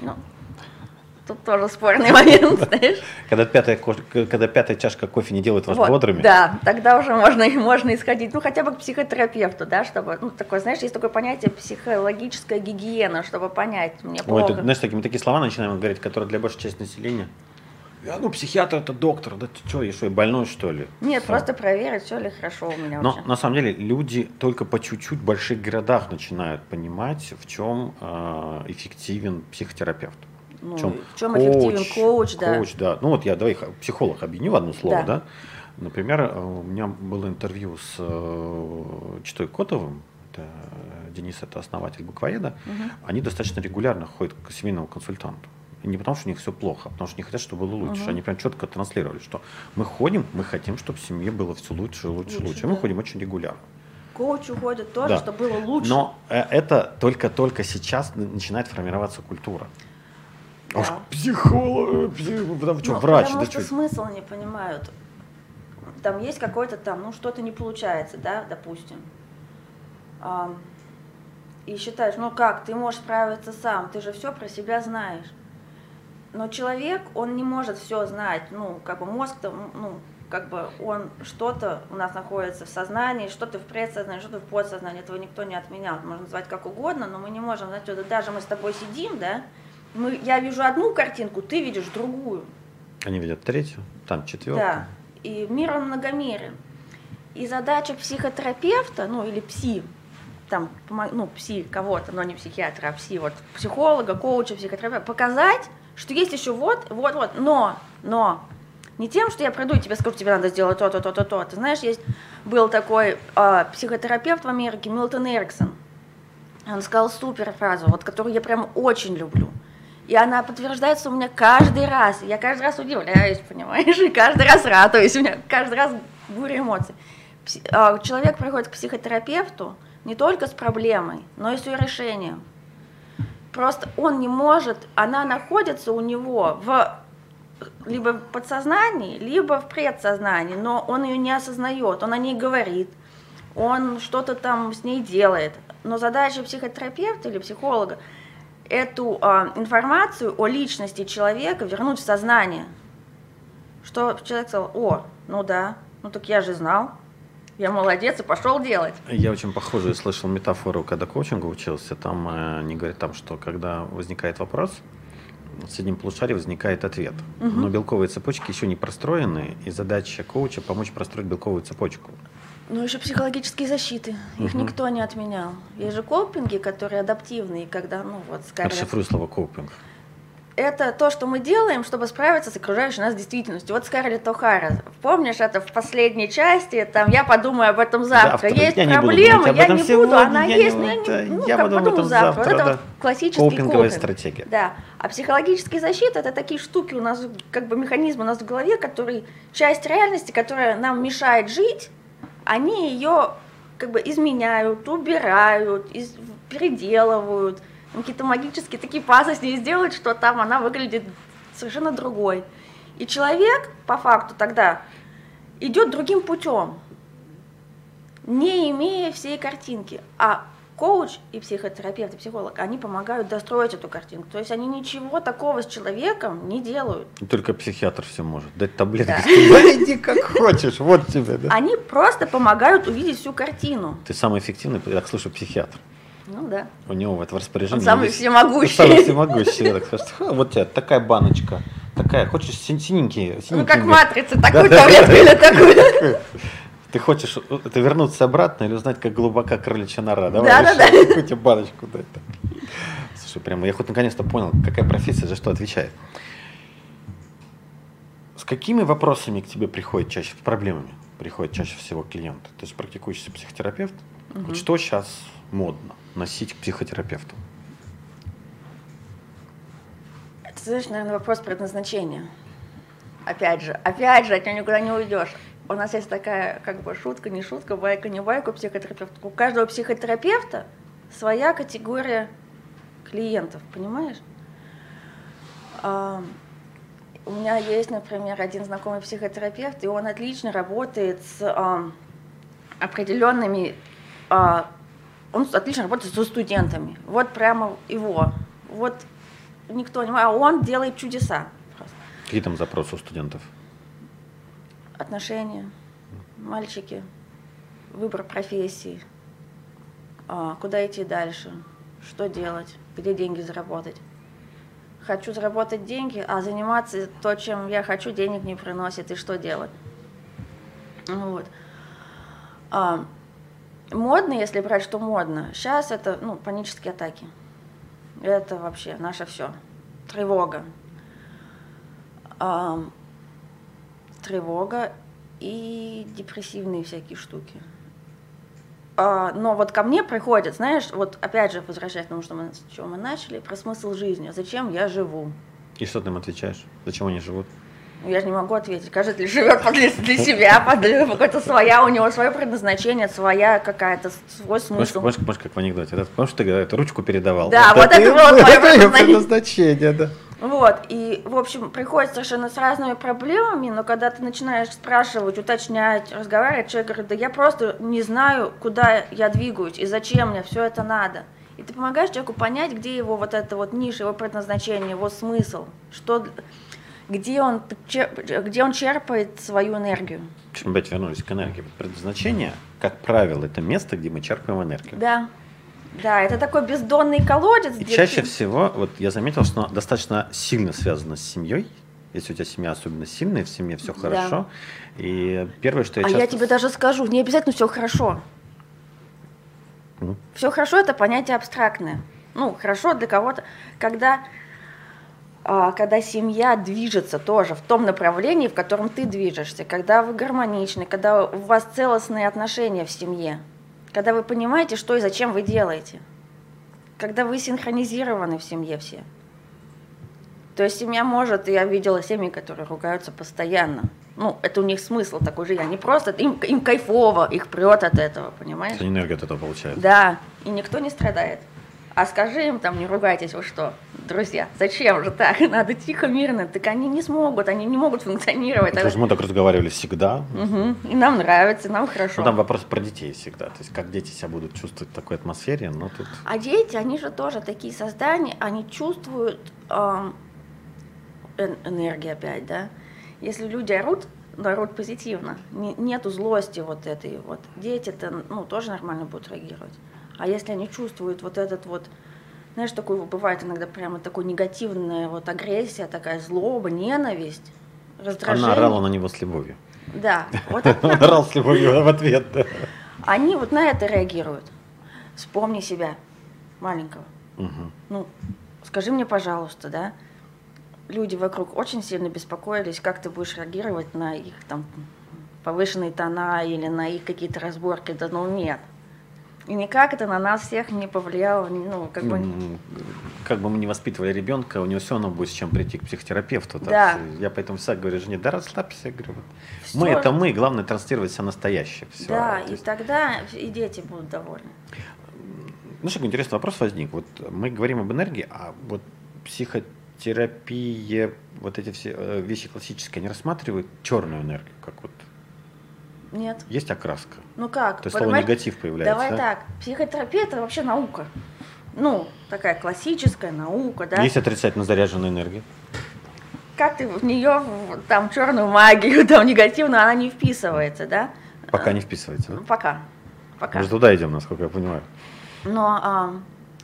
Тут тоже спорный момент, знаешь. Когда пятая чашка кофе не делает вас бодрыми. Да, тогда уже можно исходить, хотя бы к психотерапевту, да, чтобы, такое, знаешь, есть такое понятие психологическая гигиена, чтобы понять, мне плохо. Ой, знаешь, такие слова начинаем говорить, которые для большей части населения. Психиатр это доктор, да ты что, я что, больной что ли? Нет, просто проверить, все ли хорошо у меня вообще. Но на самом деле люди только по чуть-чуть в больших городах начинают понимать, в чем эффективен психотерапевт. В чем эффективен коуч, да. Коуч, да. Давай психолог объединю в одно слово, да. Например, у меня было интервью с Читой Котовым, это Денис, это основатель Буквоеда. Они достаточно регулярно ходят к семейному консультанту. И не потому, что у них все плохо, а потому что они хотят, чтобы было лучше. Они прям четко транслировали, что мы ходим, мы хотим, чтобы в семье было все лучше. И мы ходим очень регулярно. Коуч уходит тоже, чтобы было лучше. Но это только сейчас начинает формироваться культура. Да. Уж психолог, врач. Потому что смысл не понимают. Там есть какой-то что-то не получается, да, допустим. И считаешь, как, ты можешь справиться сам, ты же все про себя знаешь. Но человек, он не может все знать, мозг-то, он что-то у нас находится в сознании, что-то в предсознании, что-то в подсознании, этого никто не отменял, можно назвать как угодно, но мы не можем знать, даже мы с тобой сидим, да, я вижу одну картинку, ты видишь другую. Они видят третью, там четвертую. Да, и мир, он многомерен. И задача психотерапевта, или пси кого-то, но не психиатра, а психолога, коуча, психотерапевта, показать, что есть еще но не тем, что я приду и тебе скажу, тебе надо сделать то. Ты знаешь, был такой психотерапевт в Америке, Милтон Эриксон. Он сказал супер фразу, которую я прям очень люблю. И она подтверждается у меня каждый раз. Я каждый раз удивляюсь, понимаешь, и каждый раз радуюсь. У меня каждый раз буря эмоций. Человек приходит к психотерапевту не только с проблемой, но и с ее решением. Просто он не может, она находится у него либо в подсознании, либо в предсознании, но он ее не осознает, он о ней говорит, он что-то там с ней делает. Но задача психотерапевта или психолога эту информацию о личности человека вернуть в сознание. Что человек сказал: ну да, ну так я же знал, я молодец и пошел делать. Я очень похожую слышал метафору, когда коучингу учился. Там они говорят, что когда возникает вопрос, в среднем полушарии возникает ответ. Но белковые цепочки еще не простроены, и задача коуча помочь простроить белковую цепочку. Ну, еще психологические защиты. Их никто не отменял. Есть же копинги, которые адаптивные, когда, скажем... Расшифруй слово копинг. Это то, что мы делаем, чтобы справиться с окружающей нас действительностью. Вот Скарлетт О'Хара, помнишь, это в последней части, там, я подумаю об этом завтра. Есть проблема, я не буду, она есть, но я подумаю завтра. Вот это вот классический копинговая стратегия. Да. А психологические защиты — это такие штуки у нас, как бы механизмы у нас в голове, которые часть реальности, которая нам мешает жить, они ее как бы изменяют, убирают, переделывают, какие-то магические такие пазы с ней сделают, что там она выглядит совершенно другой. И человек, по факту, тогда идет другим путем, не имея всей картинки. А коуч и психотерапевт, и психолог, они помогают достроить эту картинку. То есть они ничего такого с человеком не делают. Только психиатр все может. Дать таблетки, да иди как хочешь, вот тебе. Да? Они просто помогают увидеть всю картину. Ты самый эффективный, я слышу, психиатр. Ну да. У него в распоряжении... Он самый всемогущий. Самый всемогущий. Так скажет, вот тебе такая баночка, такая, хочешь синенькие? Ну как матрица, такую таблетку или такую. Ты хочешь вернуться обратно или узнать, как глубока кроличья нора? Давай какую тебе баночку дать. Слушай, прямо я хоть наконец-то понял, какая профессия за что отвечает. С какими вопросами к тебе приходят чаще, с проблемами приходят чаще всего клиенты? Ты же практикующийся психотерапевт. Вот что сейчас модно носить к психотерапевту? Это, знаешь, наверное, вопрос предназначения. Опять же, от него никуда не уйдешь. У нас есть такая, как бы, шутка, не шутка, байка, не байка у психотерапевта. У каждого психотерапевта своя категория клиентов, понимаешь? У меня есть, например, один знакомый психотерапевт, и он отлично работает с определенными... Он отлично работает со студентами. Вот прямо его. Вот никто не... А он делает чудеса. Какие там запросы у студентов? Отношения, мальчики, выбор профессии, куда идти дальше, что делать, где деньги заработать. Хочу заработать деньги, а заниматься то, чем я хочу, денег не приносит, и что делать? Вот. Модно, если брать, что модно, сейчас это, панические атаки. Это вообще наше все. Тревога. Тревога и депрессивные всякие штуки. Но вот ко мне приходят, знаешь, вот опять же, возвращаясь к тому, с чего мы начали, про смысл жизни, зачем я живу. И что ты им отвечаешь? Зачем они живут? Я же не могу ответить. Каждый живет для себя, какая-то своя, у него свое предназначение, своя какая-то, свой смысл. Можешь как в анекдоте, потому что ты эту ручку передавал. Да, вот это было твое предназначение, да. Вот, и, в общем, приходят совершенно с разными проблемами, но когда ты начинаешь спрашивать, уточнять, разговаривать, человек говорит: да я просто не знаю, куда я двигаюсь и зачем мне все это надо. И ты помогаешь человеку понять, где его вот эта вот ниша, его предназначение, его смысл, где он черпает свою энергию. Опять вернулись к энергии. Предназначение, как правило, это место, где мы черпаем энергию. Да. Да, это такой бездонный колодец. И чаще всего, вот я заметил, что достаточно сильно связано с семьей. Если у тебя семья особенно сильная, в семье все хорошо. Да. И первое, что я часто... я тебе даже скажу, не обязательно все хорошо. Все хорошо — это понятие абстрактное. Хорошо для кого-то. Когда семья движется тоже в том направлении, в котором ты движешься, когда вы гармоничны, когда у вас целостные отношения в семье, когда вы понимаете, что и зачем вы делаете, когда вы синхронизированы в семье все. То есть семья может, я видела семьи, которые ругаются постоянно. Ну, это у них смысл такой же. Они просто, им кайфово, их прет от этого, понимаешь? Энергия от этого получается. Да, и никто не страдает. А скажи им там, не ругайтесь, вы что, друзья, зачем же так? Надо тихо, мирно. Так они не смогут, они не могут функционировать. Потому что мы так разговаривали всегда. Угу. И нам нравится, нам хорошо. Ну, там вопрос про детей всегда. То есть как дети себя будут чувствовать в такой атмосфере, но тут... А дети, они же тоже такие создания, они чувствуют энергию опять, да? Если люди орут позитивно, нету злости вот этой вот. Дети-то, ну, тоже нормально будут реагировать. А если они чувствуют вот этот вот, знаешь, такой бывает иногда прямо такой негативная вот агрессия, такая злоба, ненависть, раздражение. Она орала на него с любовью. Да. Вот это он орал с любовью в ответ, да. Они вот на это реагируют. Вспомни себя маленького. Ну, скажи мне, пожалуйста, да, люди вокруг очень сильно беспокоились, как ты будешь реагировать на их там повышенные тона или на их какие-то разборки, да, ну нет. И никак это на нас всех не повлияло, ну, как бы... Как бы мы не воспитывали ребенка, у него все равно будет с чем прийти к психотерапевту. Да. Я поэтому всегда говорю жене, да расслабься, я говорю, мы это мы, главное транслировать все настоящее. Все. Да, и тогда и дети будут довольны. Ну, что, интересный вопрос возник. Вот мы говорим об энергии, а вот психотерапия, вот эти все вещи классические, они рассматривают черную энергию, как вот... Нет. Есть окраска. Ну как? То есть слово негатив появляется. Давай да? так. Психотерапия это вообще наука. Ну, такая классическая наука, да. Есть отрицательно заряженная энергия. Как ты в нее, там, черную магию, там, негативную, она не вписывается, да? Пока не вписывается. Да? Пока. Мы же туда идем, насколько я понимаю. Но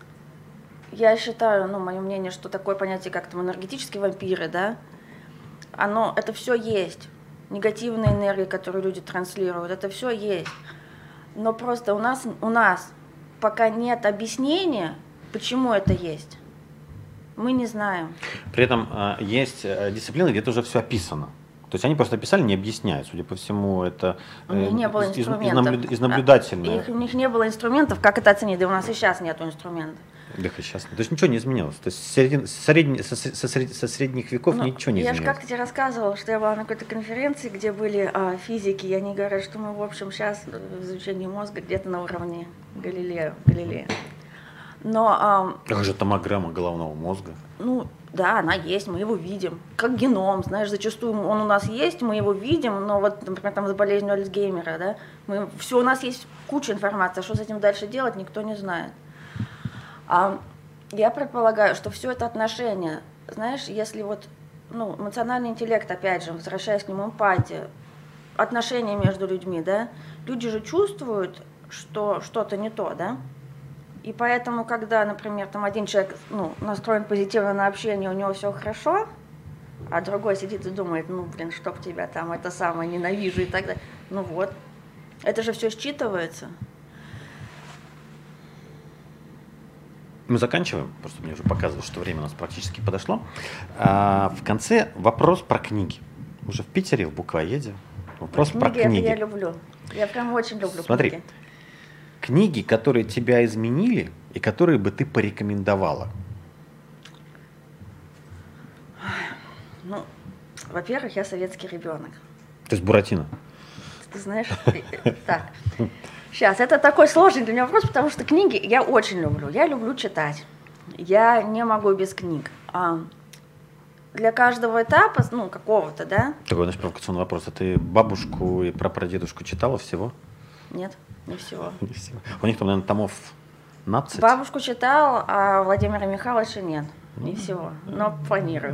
я считаю, ну, мое мнение, что такое понятие, как там энергетические вампиры, да, это все есть. Негативная энергия, которую люди транслируют, это все есть. Но просто у нас пока нет объяснения, почему это есть. Мы не знаем. При этом есть дисциплины, где это уже все описано. То есть они просто описали, не объясняют. Судя по всему, это у них не было инструментов. из наблюдательного. У них не было инструментов, как это оценить. Да у нас и сейчас нет инструментов. Да, сейчас. То есть ничего не изменилось. То есть со средних веков ничего не изменилось. Я же как-то тебе рассказывала, что я была на какой-то конференции, где были физики, и они говорят, что мы, в общем, сейчас в изучении мозга где-то на уровне Галилея. Но... Как же томограмма головного мозга? Ну, да, она есть, мы его видим. Как геном, знаешь, зачастую он у нас есть, мы его видим, но вот, например, там с болезнью Альцгеймера, да, у нас есть куча информации, а что с этим дальше делать, никто не знает. Я предполагаю, что все это отношение, знаешь, если вот, ну, эмоциональный интеллект, опять же, возвращаясь к нему, эмпатия, отношения между людьми, да, люди же чувствуют, что что-то не то, да, и поэтому, когда, например, там один человек, ну, настроен позитивно на общение, у него все хорошо, а другой сидит и думает, ну, блин, чтоб тебя там, это самое, ненавижу и так далее, ну вот, это же все считывается. Мы заканчиваем, просто мне уже показывают, что время у нас практически подошло. В конце вопрос про книги. Уже в Питере, в буквоеде. Вопрос про книги. Это я люблю. Я прям очень люблю Смотри, книги. Книги, которые тебя изменили и которые бы ты порекомендовала. Ну, во-первых, я советский ребенок. То есть Буратино. Ты знаешь, так. Сейчас, это такой сложный для меня вопрос, потому что книги я очень люблю. Я люблю читать. Я не могу без книг. Для каждого этапа, ну, какого-то, да? Такой, знаешь, провокационный вопрос. А ты бабушку и прапрадедушку читала всего? Нет, не всего. Не всего. У них там, наверное, томов 15? Бабушку читал, а Владимира Михайловича нет. Не всего. Но планирую.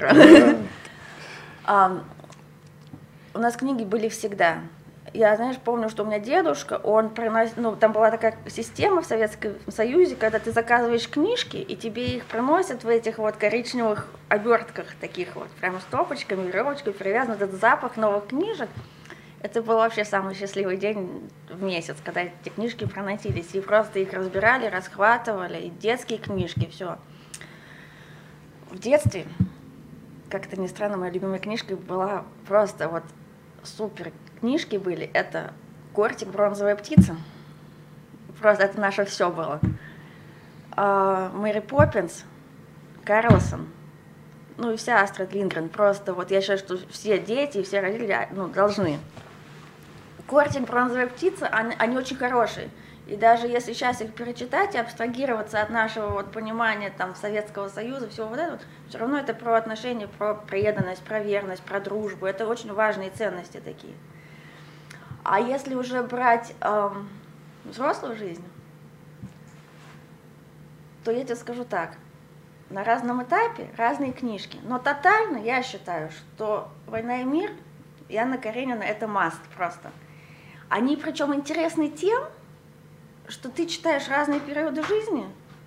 У нас книги были всегда. Я, знаешь, помню, что у меня дедушка, он приносил, ну, там была такая система в Советском Союзе, когда ты заказываешь книжки, и тебе их приносят в этих вот коричневых обертках, таких вот, прямо стопочками, веревочкой привязан этот запах новых книжек. Это был вообще самый счастливый день в месяц, когда эти книжки проносились, и просто их разбирали, расхватывали, и детские книжки, все. В детстве, как-то ни странно, моей любимой книжкой была просто вот супер книжки были, это «Кортик. Бронзовая птица». Просто это наше все было. Мэри Поппинс, Карлсон. ну и вся Астрид Линдгрен, просто вот я считаю, что все дети и все родители, ну, должны. Кортик, «Бронзовая птица», они очень хорошие. И даже если сейчас их перечитать и абстрагироваться от нашего вот понимания там Советского Союза, всего вот этого, все равно это про отношения, про преданность, про верность, про дружбу. Это очень важные ценности такие. А если уже брать взрослую жизнь, то я тебе скажу так. На разном этапе разные книжки. Но тотально я считаю, что «Война и мир» и Анна Каренина – это must просто. Они причем интересны тем, что ты читаешь разные периоды жизни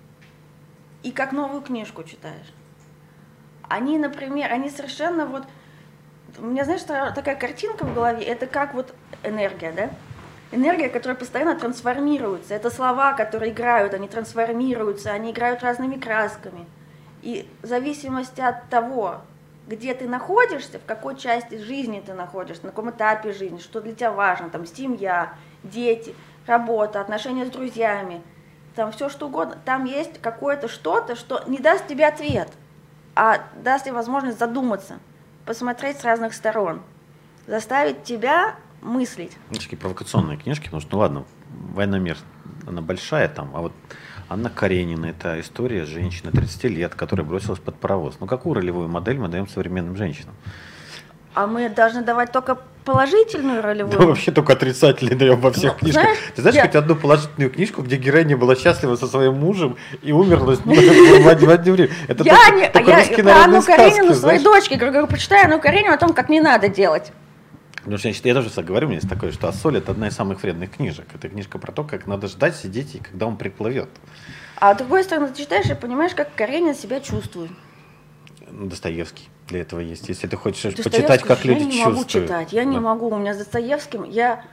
и как новую книжку читаешь. Они, например, они совершенно вот... У меня, знаешь, такая картинка в голове, это как вот энергия, да? Энергия, которая постоянно трансформируется. Это слова, которые играют, они трансформируются, они играют разными красками. И в зависимости от того, где ты находишься, в какой части жизни ты находишься, на каком этапе жизни, что для тебя важно, там семья, дети, работа, отношения с друзьями, там все что угодно, там есть какое-то что-то, что не даст тебе ответ, а даст тебе возможность задуматься, посмотреть с разных сторон, заставить тебя мыслить. Такие провокационные книжки, потому что, ну ладно, «Война и мир», она большая там, а вот Анна Каренина – это история женщины 30 лет, которая бросилась под паровоз. Ну, какую ролевую модель мы даем современным женщинам? А мы должны давать только положительную ролевую? Да, вообще только отрицательные даем во всех книжках. Знаешь, ты знаешь хоть одну положительную книжку, где героиня была счастлива со своим мужем и умерла в одно время? Это только русские народные сказки. Я Анну Каренину своей дочке говорю, почитай Анну Каренину о том, как не надо делать. Потому что я тоже всегда говорю, у меня есть такое, что «Ассоль» — это одна из самых вредных книжек. Это книжка про то, как надо ждать, сидеть, и когда он приплывет. А с другой стороны, ты читаешь и понимаешь, как Каренин себя чувствует. Достоевский для этого есть. Если ты хочешь почитать, как люди чувствуют. Я не могу читать, я не могу. У меня с Достоевским,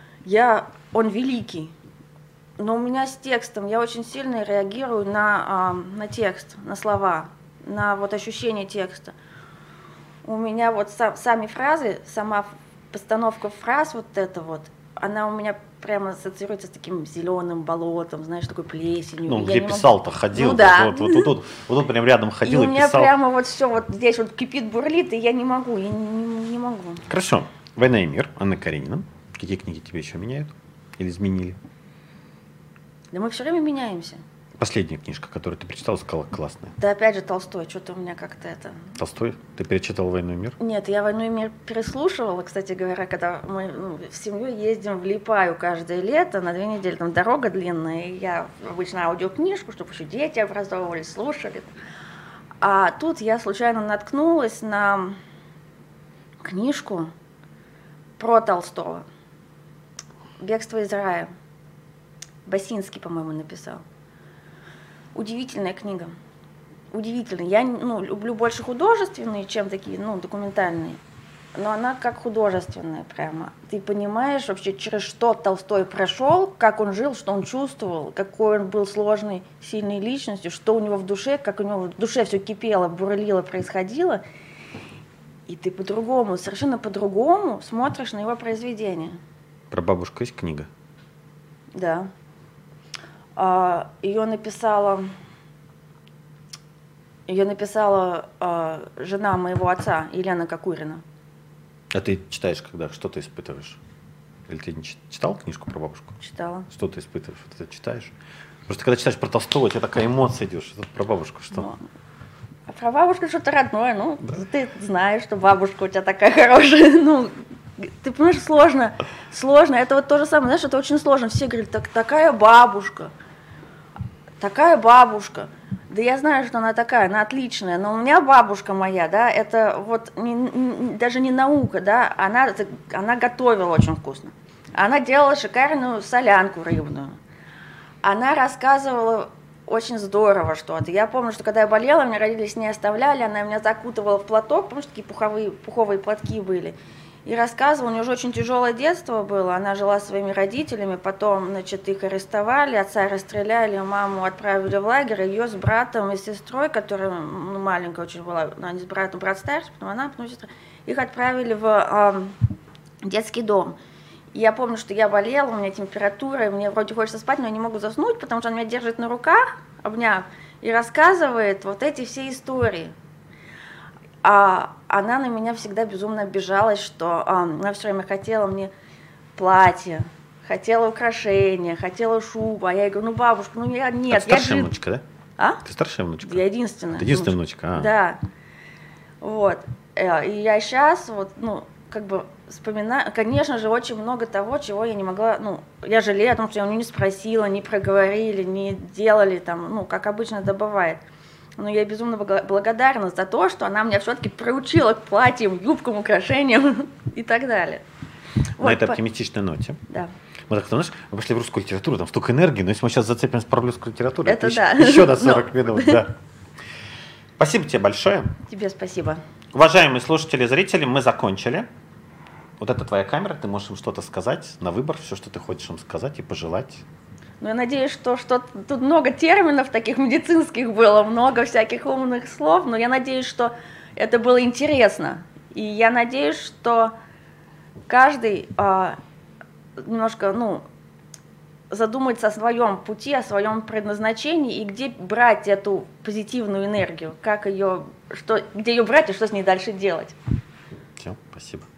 он великий. Но у меня с текстом, я очень сильно реагирую на текст, на слова, на вот ощущение текста. У меня вот сами фразы, сама постановка фраз вот это вот, она у меня прямо ассоциируется с таким зеленым болотом, знаешь, такой плесенью. Ну, где писал-то, ходил, ну, да. вот тут прям рядом ходил и писал. И у меня прямо вот все вот здесь вот кипит, бурлит, и я не могу, я не могу. Хорошо. «Война и мир», Анна Каренина. Какие книги тебе еще меняют или изменили? Да мы все время меняемся. Последняя книжка, которую ты прочитала, сказала, классная. Да опять же Толстой, что-то у меня как-то это... Толстой? Ты перечитал «Войну и мир»? Нет, я «Войну и мир» переслушивала, кстати говоря, когда мы с семьей ездим в Лиепаю каждое лето на 2 недели, там дорога длинная, и я обычно аудиокнижку, чтобы еще дети образовывались, слушали. А тут я случайно наткнулась на книжку про Толстого «Бегство из рая». Басинский, по-моему, написал. Удивительная книга. Удивительная. Я люблю больше художественные, чем такие, документальные. Но она как художественная прямо. Ты понимаешь вообще, через что Толстой прошел, как он жил, что он чувствовал, какой он был сложной, сильной личностью, что у него в душе, как у него в душе все кипело, бурлило, происходило. И ты по-другому, совершенно по-другому смотришь на его произведения. Про бабушку есть книга? Да. Ее написала жена моего отца, Елена Кокурина. А ты читаешь когда? Что ты испытываешь? Или ты не читал книжку про бабушку? Читала. Что ты испытываешь? Что ты читаешь? Просто когда читаешь про Толстого, у тебя такая эмоция идет, что про бабушку что? А про бабушку что-то родное. Да. Ты знаешь, что бабушка у тебя такая хорошая. Ты понимаешь, сложно. Это вот то же самое, знаешь, это очень сложно. Все говорят, такая бабушка. Да я знаю, что она такая, она отличная, но у меня бабушка моя, да, это вот даже не наука, да, она готовила очень вкусно. Она делала шикарную солянку рыбную. Она рассказывала очень здорово что-то. Я помню, что когда я болела, меня родители с ней оставляли, она меня закутывала в платок, потому что такие пуховые платки были. И рассказывала, у нее уже очень тяжелое детство было, она жила со своими родителями, потом, их арестовали, отца расстреляли, маму отправили в лагерь, ее с братом и сестрой, которая маленькая очень была, они с братом, брат старше, потом она, потом сестра, их отправили в детский дом. И я помню, что я болела, у меня температура, и мне вроде хочется спать, но я не могу заснуть, потому что он меня держит на руках, обняв, и рассказывает вот эти все истории. А она на меня всегда безумно обижалась, что она все время хотела мне платье, хотела украшения, хотела шубу. А я ей говорю, ну, бабушка, ну, я нет. Ты старшая внучка, да? А? Ты старшая внучка? Я единственная. Ты единственная внучка, Да. Вот. И я сейчас вот, ну, как бы вспоминаю, конечно же, очень много того, чего я не могла, ну, я жалею о том, что я у нее не спросила, не проговорили, не делали там, ну, как обычно это бывает. Но я безумно благодарна за то, что она меня все-таки приучила к платьям, юбкам, украшениям и так далее. На этой оптимистичной ноте. Да. Мы так, знаешь, мы пошли в русскую литературу, там столько энергии, но если мы сейчас зацепимся про русскую литературу, это да. Еще на 40 минут, да. Спасибо тебе большое. Тебе спасибо. Уважаемые слушатели и зрители, мы закончили. Вот это твоя камера, ты можешь им что-то сказать на выбор, все, что ты хочешь им сказать и пожелать. Ну, я надеюсь, что тут много терминов таких медицинских было, много всяких умных слов, но я надеюсь, что это было интересно. И я надеюсь, что каждый немножко, ну, задумается о своем пути, о своем предназначении и где брать эту позитивную энергию, как ее, где ее брать и что с ней дальше делать. Все, спасибо.